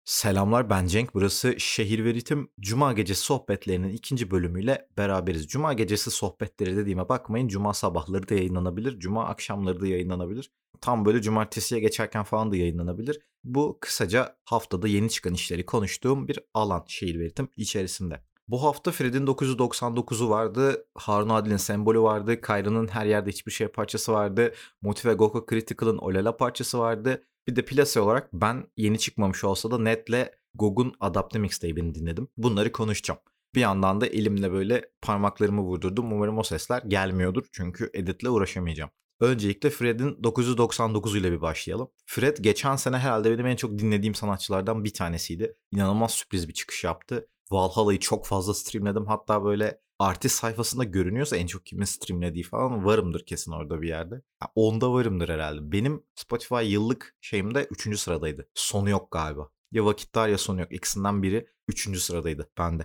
Selamlar, ben Cenk. Burası Şehir ve Ritim. Cuma gecesi sohbetlerinin ikinci bölümüyle beraberiz. Cuma gecesi sohbetleri dediğime bakmayın. Cuma sabahları da yayınlanabilir. Cuma akşamları da yayınlanabilir. Tam böyle cumartesiye geçerken falan da yayınlanabilir. Bu kısaca haftada yeni çıkan işleri konuştuğum bir alan Şehir ve Ritim içerisinde. Bu hafta Fred'in 999'u vardı. Harun Adil'in sembolü vardı. Kayra'nın her yerde hiçbir şey parçası vardı. Motive Goko Critical'ın Olala parçası vardı. Bir de plase olarak ben yeni çıkmamış olsa da Net'le GOG'un Adapte Mixtape'ini dinledim. Bunları konuşacağım. Bir yandan da elimle böyle parmaklarımı vurdurdum. Umarım o sesler gelmiyordur çünkü editle uğraşamayacağım. Öncelikle Fred'in 999 ile bir başlayalım. Fred geçen sene herhalde benim en çok dinlediğim sanatçılardan bir tanesiydi. İnanılmaz sürpriz bir çıkış yaptı. Valhalla'yı çok fazla streamledim. Hatta böyle artist sayfasında görünüyorsa en çok kimin streamlediği falan varımdır kesin orada bir yerde. Ya onda varımdır herhalde. Benim Spotify yıllık şeyimde üçüncü sıradaydı. Sonu yok galiba. Ya Vakit Dar ya Sonu yok. İkisinden biri üçüncü sıradaydı bende.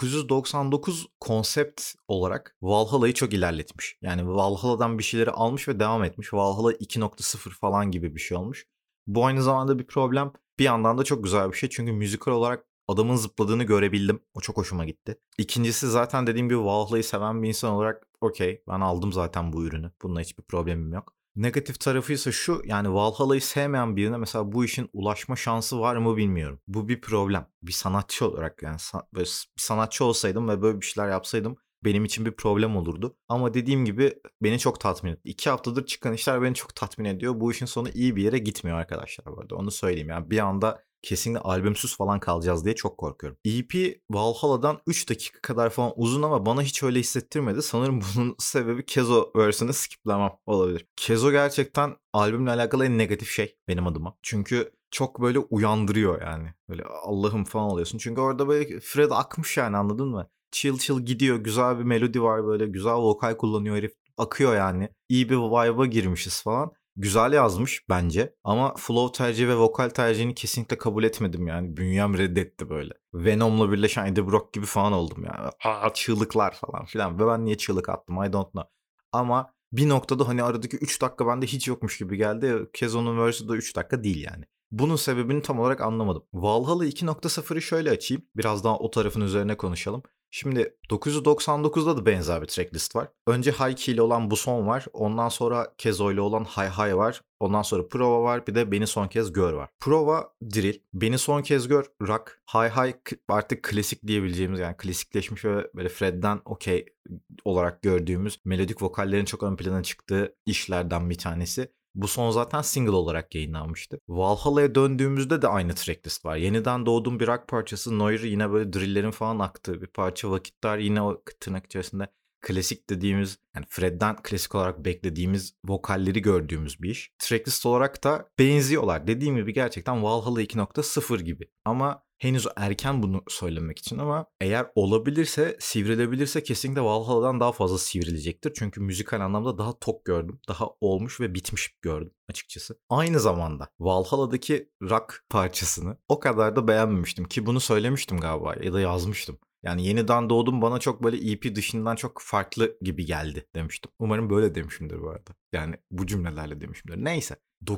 999 konsept olarak Valhalla'yı çok ilerletmiş. Yani Valhalla'dan bir şeyleri almış ve devam etmiş. Valhalla 2.0 falan gibi bir şey olmuş. Bu aynı zamanda bir problem. Bir yandan da çok güzel bir şey. Çünkü müzikal olarak adamın zıpladığını görebildim. O çok hoşuma gitti. İkincisi zaten dediğim gibi Valhalla'yı seven bir insan olarak okey, ben aldım zaten bu ürünü. Bununla hiçbir problemim yok. Negatif tarafı ise şu, yani Valhalla'yı sevmeyen birine mesela bu işin ulaşma şansı var mı bilmiyorum. Bu bir problem. Bir sanatçı olarak yani böyle bir sanatçı olsaydım ve böyle bir şeyler yapsaydım benim için bir problem olurdu. Ama dediğim gibi beni çok tatmin etti. 2 haftadır çıkan işler beni çok tatmin ediyor. Bu işin sonu iyi bir yere gitmiyor arkadaşlar bu arada. Onu söyleyeyim. Yani bir anda kesinlikle albümsüz falan kalacağız diye çok korkuyorum. EP Valhalla'dan 3 dakika kadar falan uzun ama bana hiç öyle hissettirmedi. Sanırım bunun sebebi Kezo versiyonu skiplemem olabilir. Kezo gerçekten albümle alakalı en negatif şey benim adıma. Çünkü çok böyle uyandırıyor yani. Böyle Allah'ım falan oluyorsun. Çünkü orada böyle Fred akmış yani, anladın mı? Chill chill gidiyor. Güzel bir melodi var böyle. Güzel vokal kullanıyor herif. Akıyor yani. İyi bir vibe'a girmişiz falan. Güzel yazmış bence ama flow tercihi ve vokal tercihini kesinlikle kabul etmedim yani. Bünyem reddetti böyle. Venom'la birleşen Eddie Brock gibi falan oldum yani. Çığlıklar falan filan. Ve ben niye çığlık attım I don't know. Ama bir noktada hani aradaki 3 dakika bende hiç yokmuş gibi geldi. Kezo'nun verse'ü de 3 dakika değil yani. Bunun sebebini tam olarak anlamadım. Valhalla 2.0'ı şöyle açayım. Biraz daha o tarafın üzerine konuşalım. Şimdi 999'da da benzer bir tracklist var. Önce Hayki ile olan Bu Son var. Ondan sonra Kezo ile olan Hay Hay var. Ondan sonra Prova var. Bir de Beni Son Kez Gör var. Prova drill. Beni Son Kez Gör rock. Hay Hay artık klasik diyebileceğimiz, yani klasikleşmiş ve böyle Fred'den okey olarak gördüğümüz melodik vokallerin çok ön plana çıktığı işlerden bir tanesi. Bu son zaten single olarak yayınlanmıştı. Valhalla'ya döndüğümüzde de aynı tracklist var. Yeniden doğduğum bir rock parçası. Noir yine böyle drill'lerin falan aktığı bir parça. Vakitler yine o tırnak içerisinde klasik dediğimiz, yani Fred'den klasik olarak beklediğimiz vokalleri gördüğümüz bir iş. Tracklist olarak da benziyorlar. Dediğim gibi gerçekten Valhalla 2.0 gibi. Ama henüz erken bunu söylemek için, ama eğer olabilirse, sivrilebilirse kesinlikle Valhalla'dan daha fazla sivrilecektir. Çünkü müzikal anlamda daha tok gördüm. Daha olmuş ve bitmiş gördüm açıkçası. Aynı zamanda Valhalla'daki rock parçasını o kadar da beğenmemiştim ki bunu söylemiştim galiba ya da yazmıştım. Yani Yeniden Doğdum bana çok böyle EP dışından çok farklı gibi geldi demiştim. Umarım böyle demişimdir bu arada. Yani bu cümlelerle demişimdir. Neyse.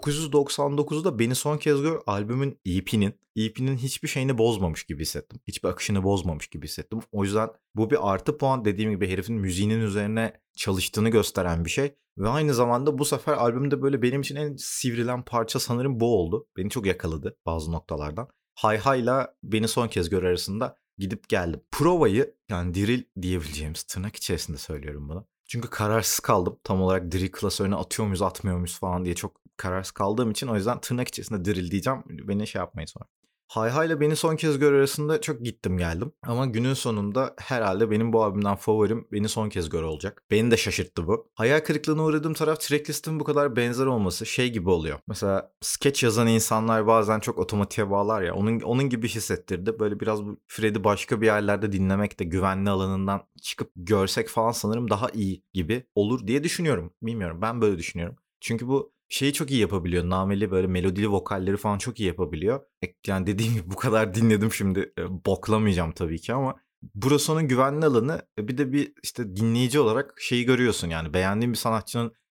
999'da Beni Son Kez Gör albümün EP'nin hiçbir şeyini bozmamış gibi hissettim. Hiçbir akışını bozmamış gibi hissettim. O yüzden bu bir artı puan, dediğim gibi herifin müziğinin üzerine çalıştığını gösteren bir şey. Ve aynı zamanda bu sefer albümde böyle benim için en sivrilen parça sanırım bu oldu. Beni çok yakaladı bazı noktalardan. Hay Hay'la Beni Son Kez Gör arasında gidip geldim. Prova'yı, yani drill diyebileceğimiz, tırnak içerisinde söylüyorum bunu. Çünkü kararsız kaldım. Tam olarak drill klasörüne atıyor muyuz atmıyor muyuz falan diye çok kararsız kaldığım için, o yüzden tırnak içerisinde drill diyeceğim. Beni şey yapmayın sonra. Hay Hay ile Beni Son Kez Gör arasında çok gittim geldim. Ama günün sonunda herhalde benim bu albümden favorim Beni Son Kez Gör olacak. Beni de şaşırttı bu. Hayal kırıklığına uğradığım taraf tracklist'in bu kadar benzer olması. Şey gibi oluyor. Mesela sketch yazan insanlar bazen çok otomatiğe bağlar ya. Onun gibi hissettirdi. Böyle biraz bu Fred'i başka bir yerlerde dinlemek de, güvenli alanından çıkıp görsek falan sanırım daha iyi gibi olur diye düşünüyorum. Bilmiyorum, ben böyle düşünüyorum. Çünkü bu şeyi çok iyi yapabiliyor. Nameli böyle melodili vokalleri falan çok iyi yapabiliyor. Yani dediğim gibi bu kadar dinledim şimdi. Boklamayacağım tabii ki ama burası onun güvenli alanı. Bir de bir işte dinleyici olarak şeyi görüyorsun, yani beğendiğin bir sanatçının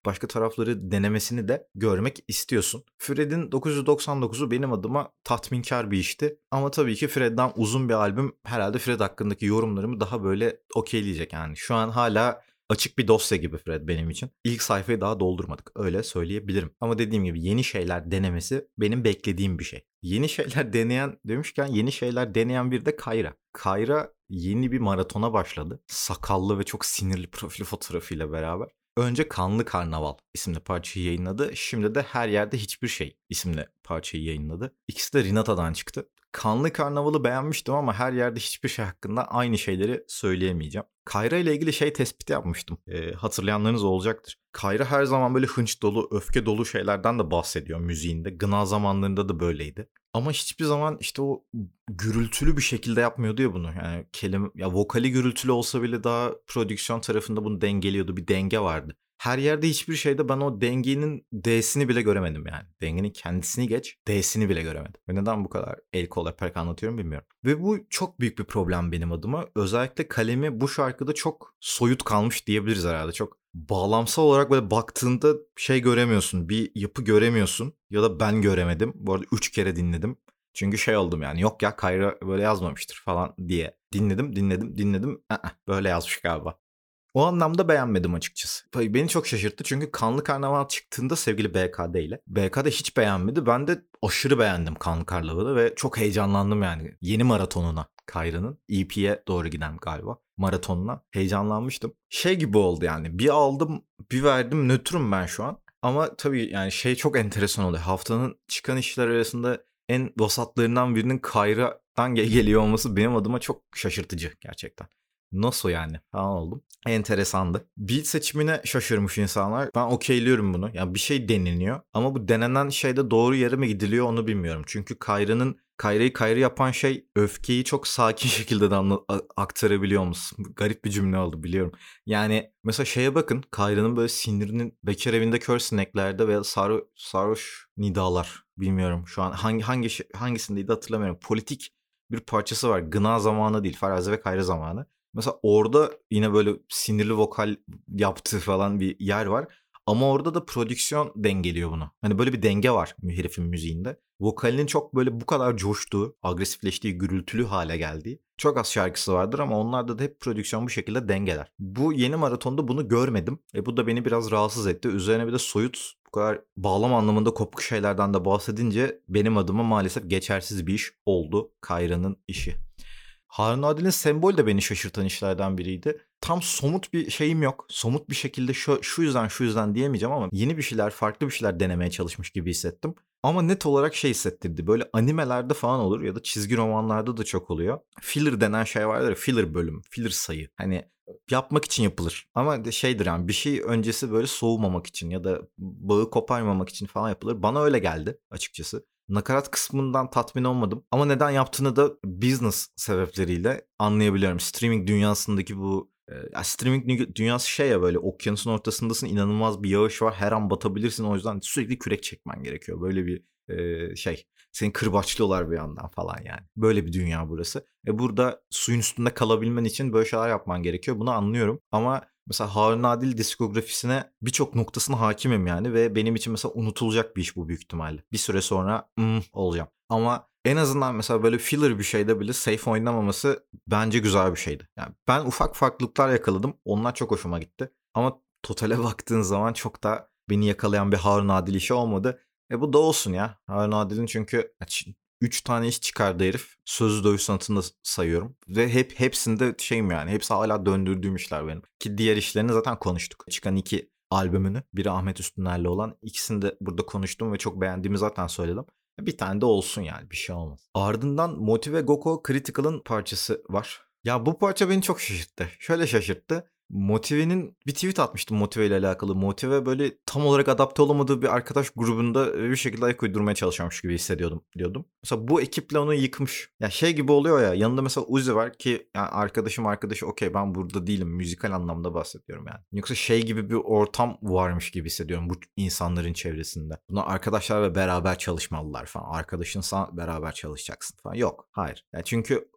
başka tarafları denemesini de görmek istiyorsun. Fred'in 999'u benim adıma tatminkar bir işti. Ama tabii ki Fred'den uzun bir albüm herhalde Fred hakkındaki yorumlarımı daha böyle okeyleyecek yani. Şu an hala açık bir dosya gibi Fred benim için. İlk sayfayı daha doldurmadık. Öyle söyleyebilirim. Ama dediğim gibi yeni şeyler denemesi benim beklediğim bir şey. Yeni şeyler deneyen demişken yeni şeyler deneyen bir de Kayra. Kayra yeni bir maratona başladı. Sakallı ve çok sinirli profil fotoğrafıyla beraber. Önce Kanlı Karnaval isimli parçayı yayınladı. Şimdi de Her Yerde Hiçbir Şey isimli parçayı yayınladı. İkisi de Rinata'dan çıktı. Kanlı Karnaval'ı beğenmiştim ama Her Yerde Hiçbir Şey hakkında aynı şeyleri söyleyemeyeceğim. Kayra ile ilgili şey tespiti yapmıştım. Hatırlayanlarınız olacaktır. Kayra her zaman böyle hınç dolu, öfke dolu şeylerden de bahsediyor müziğinde. Gına zamanlarında da böyleydi. Ama hiçbir zaman işte o gürültülü bir şekilde yapmıyordu ya bunu. Yani ya vokali gürültülü olsa bile daha prodüksiyon tarafında bunu dengeliyordu. Bir denge vardı. Her yerde hiçbir şeyde ben o dengenin D'sini bile göremedim yani. Dengenin kendisini geç, D'sini bile göremedim. Ve neden bu kadar el kol öperek anlatıyorum bilmiyorum. Ve bu çok büyük bir problem benim adıma. Özellikle kalemi bu şarkıda çok soyut kalmış diyebiliriz herhalde. Çok bağlamsal olarak böyle baktığında şey göremiyorsun, bir yapı göremiyorsun. Ya da ben göremedim. Bu arada 3 kere dinledim. Çünkü şey oldum yani yok ya Kayra böyle yazmamıştır falan diye. Dinledim. Böyle yazmış galiba. O anlamda beğenmedim açıkçası. Beni çok şaşırttı çünkü Kanlı Karnaval çıktığında sevgili BKD ile. BKD hiç beğenmedi. Ben de aşırı beğendim Kanlı Karnaval'ı ve çok heyecanlandım yani. Yeni maratonuna Kayra'nın EP'ye doğru giden galiba maratonuna heyecanlanmıştım. Şey gibi oldu yani bir aldım bir verdim nötrüm ben şu an. Ama tabii yani şey çok enteresan oluyor. Haftanın çıkan işler arasında en vasatlarından birinin Kayra'dan geliyor olması benim adıma çok şaşırtıcı gerçekten. Nasıl yani falan oldum. Enteresandı. Beat seçimine şaşırmış insanlar. Ben okeyliyorum bunu. Yani bir şey deneniyor. Ama bu denenen şeyde doğru yere mi gidiliyor onu bilmiyorum. Çünkü Kayra'yı Kayra yapan şey öfkeyi çok sakin şekilde de aktarabiliyor musun? Garip bir cümle oldu biliyorum. Yani mesela şeye bakın. Kayra'nın böyle sinirinin bekar evinde kör sineklerde veya sarhoş nidalar. Bilmiyorum şu an hangisindeydi hatırlamıyorum. Politik bir parçası var. Gına zamanı değil. Farazi ve Kayra zamanı. Mesela orada yine böyle sinirli vokal yaptığı falan bir yer var. Ama orada da prodüksiyon dengeliyor bunu. Hani böyle bir denge var herifin müziğinde. Vokalinin çok böyle bu kadar coştuğu, agresifleştiği, gürültülü hale geldiği çok az şarkısı vardır ama onlarda da hep prodüksiyon bu şekilde dengeler. Bu yeni maratonda bunu görmedim. Bu da beni biraz rahatsız etti. Üzerine bir de soyut bu kadar bağlam anlamında kopuk şeylerden de bahsedince benim adıma maalesef geçersiz bir iş oldu Kayra'nın işi. Harun Adil'in Sembol de beni şaşırtan işlerden biriydi. Tam somut bir şeyim yok. Somut bir şekilde şu yüzden diyemeyeceğim ama yeni bir şeyler, farklı bir şeyler denemeye çalışmış gibi hissettim. Ama net olarak şey hissettirdi. Böyle animelerde falan olur ya da çizgi romanlarda da çok oluyor. Filler denen şey vardır ya, filler bölüm, filler sayı. Hani yapmak için yapılır. Ama şeydir yani bir şey öncesi böyle soğumamak için ya da bağı koparmamak için falan yapılır. Bana öyle geldi açıkçası. Nakarat kısmından tatmin olmadım. Ama neden yaptığını da business sebepleriyle anlayabiliyorum. Streaming dünyasındaki bu streaming dünyası şey ya böyle okyanusun ortasındasın inanılmaz bir yağış var her an batabilirsin o yüzden sürekli kürek çekmen gerekiyor. Böyle bir şey seni kırbaçlıyorlar bir yandan falan yani. Böyle bir dünya burası. Burada suyun üstünde kalabilmen için böyle şeyler yapman gerekiyor. Bunu anlıyorum ama mesela Harun Adil diskografisine birçok noktasına hakimim yani ve benim için mesela unutulacak bir iş bu büyük ihtimalle. Bir süre sonra olacağım. Ama en azından mesela böyle filler bir şeyde bile safe oynamaması bence güzel bir şeydi. Yani ben ufak farklılıklar yakaladım. Onlar çok hoşuma gitti. Ama totale baktığın zaman çok da beni yakalayan bir Harun Adil işi olmadı. Bu da olsun ya. Harun Adil'in çünkü 3 tane iş çıkardı herif. Sözlü dövüş sanatını da sayıyorum. Ve hepsinde şeyim yani. Hepsi hala döndürdüğüm işler benim. Ki diğer işlerini zaten konuştuk. Çıkan 2 albümünü. Biri Ahmet Üstüner'le olan. İkisini de burada konuştum ve çok beğendiğimi zaten söyledim. Bir tane de olsun yani bir şey olmaz. Ardından Motive Goko Critical'ın parçası var. Ya bu parça beni çok şaşırttı. Şöyle şaşırttı. Motive'nin bir tweet atmıştım Motive ile alakalı. Motive böyle tam olarak adapte olamadığı bir arkadaş grubunda bir şekilde ayak uydurmaya çalışıyormuş gibi diyordum. Mesela bu ekiple onu yıkmış. Ya şey gibi oluyor ya yanında mesela Uzi var ki yani arkadaşı okey ben burada değilim müzikal anlamda bahsediyorum yani. Yoksa şey gibi bir ortam varmış gibi hissediyorum bu insanların çevresinde. Bunlar arkadaşlar ve beraber çalışmalılar falan. Arkadaşınsa beraber çalışacaksın falan. Yok hayır. Yani çünkü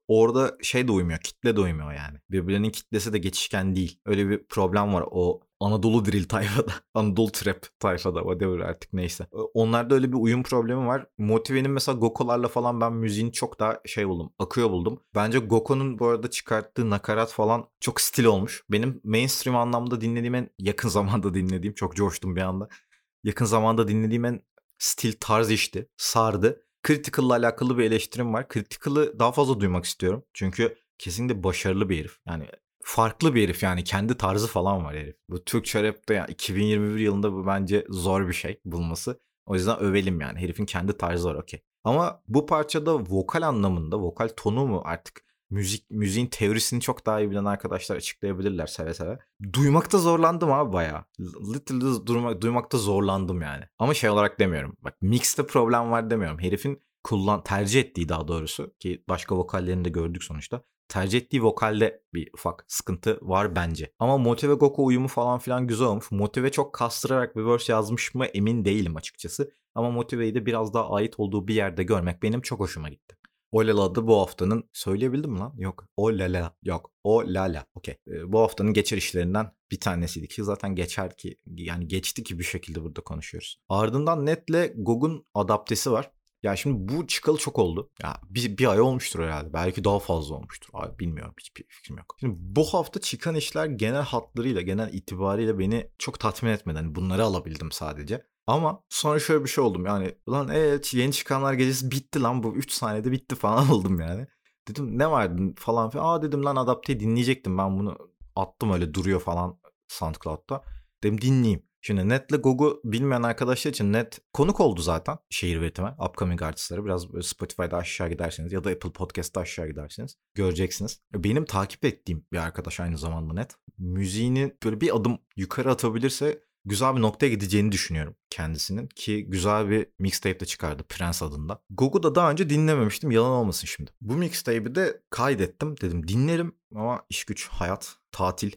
orada şey de uymuyor, kitle de uymuyor yani. Birbirlerinin kitlesi de geçişken değil. Öyle bir problem var o Anadolu drill tayfada. Anadolu trap tayfada, whatever artık neyse. Onlarda öyle bir uyum problemi var. Motive'nin mesela Goko'larla falan ben müziğini çok daha şey buldum. Akıyor buldum. Bence Goko'nun bu arada çıkarttığı nakarat falan çok stil olmuş. Benim mainstream anlamda dinlediğim en yakın zamanda dinlediğim, çok coştum bir anda. Yakın zamanda dinlediğim en stil tarz işti. Sardı. Critical'la alakalı bir eleştirim var. Critical'ı daha fazla duymak istiyorum. Çünkü kesinlikle başarılı bir herif. Yani farklı bir herif yani. Kendi tarzı falan var herif. Bu Türkçe rapte yani 2021 yılında bu bence zor bir şey bulması. O yüzden övelim yani. Herifin kendi tarzı var, okey. Ama bu parçada vokal anlamında, vokal tonu mu artık, müziğin teorisini çok daha iyi bilen arkadaşlar açıklayabilirler seve seve. Duymakta zorlandım abi bayağı. Literally duymakta zorlandım yani. Ama şey olarak demiyorum. Bak, mixte problem var demiyorum. Herifin tercih ettiği, daha doğrusu, ki başka vokallerini de gördük sonuçta. Tercih ettiği vokalde bir ufak sıkıntı var bence. Ama Motive Goko uyumu falan filan güzel olmuş. Motive çok kastırarak bir verse yazmış mı emin değilim açıkçası. Ama Motive'yi de biraz daha ait olduğu bir yerde görmek benim çok hoşuma gitti. Olala da bu haftanın, söyleyebildim mi lan? Yok. Olala. Yok. Olala. Okey. Bu haftanın geçer işlerinden bir tanesiydi ki zaten geçer ki, yani geçti ki bir şekilde burada konuşuyoruz. Ardından Net'le GOG'un adaptesi var. Ya şimdi bu çıkalı çok oldu. Ya bir ay olmuştur herhalde. Belki daha fazla olmuştur. Abi bilmiyorum. Hiçbir fikrim yok. Şimdi bu hafta çıkan işler genel hatlarıyla, genel itibariyle beni çok tatmin etmedi. Hani bunları alabildim sadece. Ama sonra şöyle bir şey oldum. Yani ulan yeni çıkanlar gecesi bitti lan, bu 3 saniyede bitti falan oldum yani. Dedim ne vardı falan filan. Dedim lan, adapteyi dinleyecektim. Ben bunu attım, öyle duruyor falan SoundCloud'da. Dedim dinleyeyim. Şimdi Net'le GOG'u bilmeyen arkadaşlar için, Net konuk oldu zaten şehir üretime. Upcoming artistları. Biraz Spotify'da aşağı giderseniz ya da Apple Podcast'ta aşağı giderseniz göreceksiniz. Benim takip ettiğim bir arkadaş aynı zamanda Net. Müziğini böyle bir adım yukarı atabilirse güzel bir noktaya gideceğini düşünüyorum kendisinin. Ki güzel bir mixtape de çıkardı Prens adında. GOG'u da daha önce dinlememiştim, yalan olmasın şimdi. Bu mixtape'i de kaydettim, dedim dinlerim ama iş güç, hayat, tatil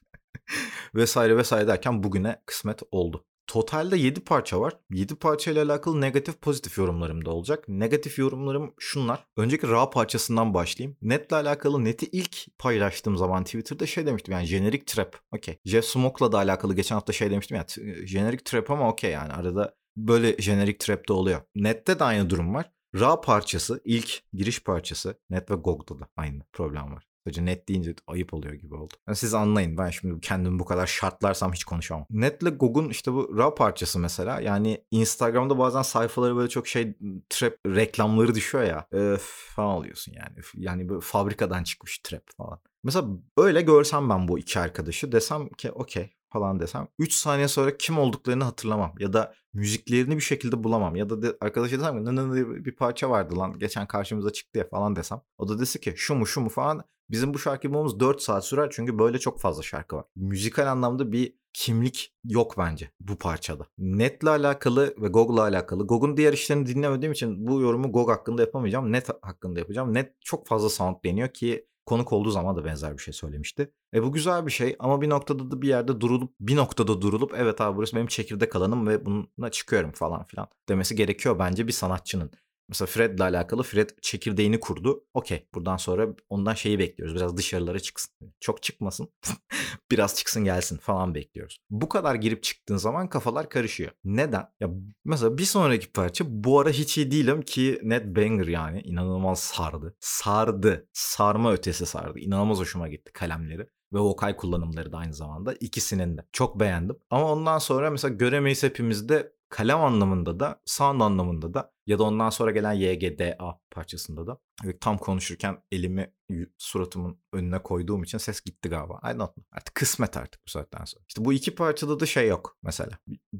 vesaire vesaire derken bugüne kısmet oldu. Totalde 7 parça var. 7 parçayla alakalı negatif pozitif yorumlarım da olacak. Negatif yorumlarım şunlar. Önceki Ra parçasından başlayayım. Net'le alakalı, Net'i ilk paylaştığım zaman Twitter'da şey demiştim yani, jenerik trap. Okey. Jeff Smoke'la da alakalı geçen hafta şey demiştim ya, jenerik trap ama okey yani, arada böyle jenerik trap de oluyor. Net'te de aynı durum var. Ra parçası, ilk giriş parçası. Net ve GOG'da da aynı problem var. Sadece Net deyince ayıp oluyor gibi oldu. Yani siz anlayın, ben şimdi kendimi bu kadar şartlarsam hiç konuşamam. Net'le GOG'un işte bu Ra parçası mesela, yani Instagram'da bazen sayfaları böyle çok şey trap reklamları düşüyor ya. Öf falan oluyorsun yani. Yani böyle fabrikadan çıkmış trap falan. Mesela öyle görsem ben bu iki arkadaşı, desem ki okey falan desem, 3 saniye sonra kim olduklarını hatırlamam ya da müziklerini bir şekilde bulamam ya da arkadaşa desem ki nı diye bir parça vardı lan geçen karşımıza çıktı ya falan desem, o da dese ki şu mu falan, bizim bu şarkıyı bulmamız 4 saat sürer çünkü böyle çok fazla şarkı var. Müzikal anlamda bir kimlik yok bence bu parçada. Net'le alakalı ve GOG'la alakalı. GOG'un diğer işlerini dinlemediğim için bu yorumu GOG hakkında yapamayacağım. Net hakkında yapacağım. Net çok fazla sound deniyor ki konuk olduğu zaman da benzer bir şey söylemişti. Bu güzel bir şey ama bir noktada da bir noktada durulup evet abi burası benim çekirdek alanım ve bununla çıkıyorum falan filan demesi gerekiyor bence bir sanatçının. Mesela Fred'le alakalı, Fred çekirdeğini kurdu. Okey, buradan sonra ondan şeyi bekliyoruz. Biraz dışarılara çıksın. Çok çıkmasın. Biraz çıksın gelsin falan bekliyoruz. Bu kadar girip çıktığın zaman kafalar karışıyor. Neden? Ya mesela bir sonraki parça bu ara hiç iyi değilim ki net banger yani. İnanılmaz sardı. Sardı. Sarma ötesi sardı. İnanılmaz hoşuma gitti kalemleri ve vokal kullanımları da aynı zamanda, ikisinin de. Çok beğendim. Ama ondan sonra mesela Göremeyiz Hepimiz'de kalem anlamında da, sound anlamında da ya da ondan sonra gelen YGDA parçasında da tam konuşurken elimi suratımın önüne koyduğum için ses gitti galiba. I don't know. Artık kısmet artık bu saatten sonra. İşte bu iki parçada da şey yok mesela.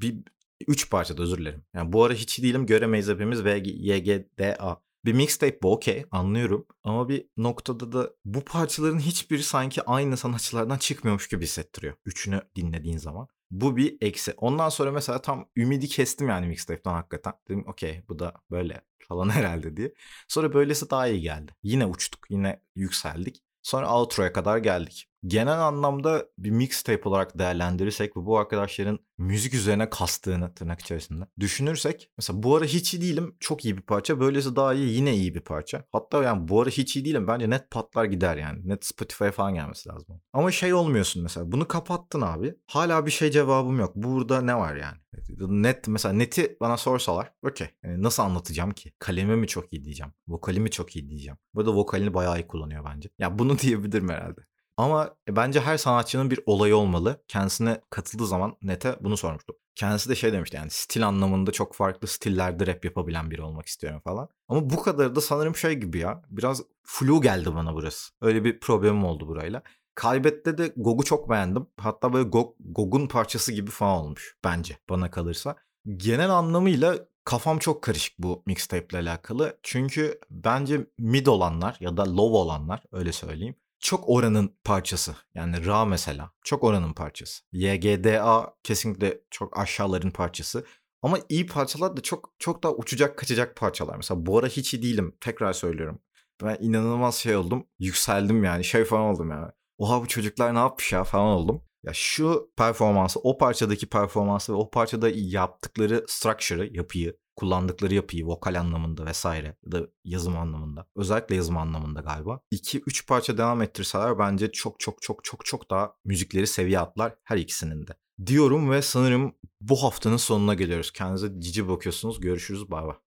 Üç parçada, özür dilerim. Yani bu ara hiç değilim, Göremeyiz Hepimiz ve YGDA. Bir mixtape bu, okey, anlıyorum. Ama bir noktada da bu parçaların hiçbiri sanki aynı sanatçılardan çıkmıyormuş gibi hissettiriyor. Üçünü dinlediğin zaman. Bu bir eksi. Ondan sonra mesela tam ümidi kestim yani mixtape'den hakikaten. Dedim okey bu da böyle falan herhalde diye. Sonra böylesi daha iyi geldi. Yine uçtuk, yine yükseldik. Sonra outro'ya kadar geldik. Genel anlamda bir mixtape olarak değerlendirirsek ve bu arkadaşların müzik üzerine kastığını tırnak içerisinde düşünürsek mesela Bu Ara Hiç İyi Değilim çok iyi bir parça. Böylesi Daha İyi yine iyi bir parça. Hatta yani Bu Ara Hiç İyi Değilim bence net patlar gider yani. Net Spotify'a falan gelmesi lazım. Ama şey olmuyorsun mesela. Bunu kapattın abi. Hala bir şey cevabım yok. Burada ne var yani? Net mesela Net'i bana sorsalar okey. Yani nasıl anlatacağım ki? Kalemi mi çok iyi diyeceğim. Vokalimi çok iyi diyeceğim. Burada vokalini bayağı iyi kullanıyor bence. Ya bunu diyebilirim herhalde. Ama bence her sanatçının bir olayı olmalı. Kendisine katıldığı zaman Net'e bunu sormuştum. Kendisi de şey demişti yani stil anlamında çok farklı stillerde rap yapabilen biri olmak istiyorum falan. Ama bu kadar da sanırım şey gibi ya. Biraz flu geldi bana burası. Öyle bir problemim oldu burayla. Kaybet'te de Gog'u çok beğendim. Hatta böyle Gog'un parçası gibi falan olmuş bence bana kalırsa. Genel anlamıyla kafam çok karışık bu mixtape ile alakalı. Çünkü bence mid olanlar ya da low olanlar öyle söyleyeyim. Çok oranın parçası. Yani Ra mesela. Çok oranın parçası. YGDA kesinlikle çok aşağıların parçası. Ama iyi parçalar da çok çok daha uçacak kaçacak parçalar. Mesela Bu Ara Hiç İyi Değilim. Tekrar söylüyorum. Ben inanılmaz şey oldum. Yükseldim yani. Şey falan oldum yani. Oha bu çocuklar ne yapmış ya falan oldum. Ya şu performansı, o parçadaki performansı ve o parçada yaptıkları structure'ı, yapıyı, kullandıkları yapıyı vokal anlamında vesaire ya da yazım anlamında. Özellikle yazım anlamında galiba. 2-3 parça devam ettirseler bence çok çok çok çok çok daha müzikleri seviye atlar her ikisinin de. Diyorum ve sanırım bu haftanın sonuna geliyoruz. Kendinize cici bakıyorsunuz. Görüşürüz. Bay bay.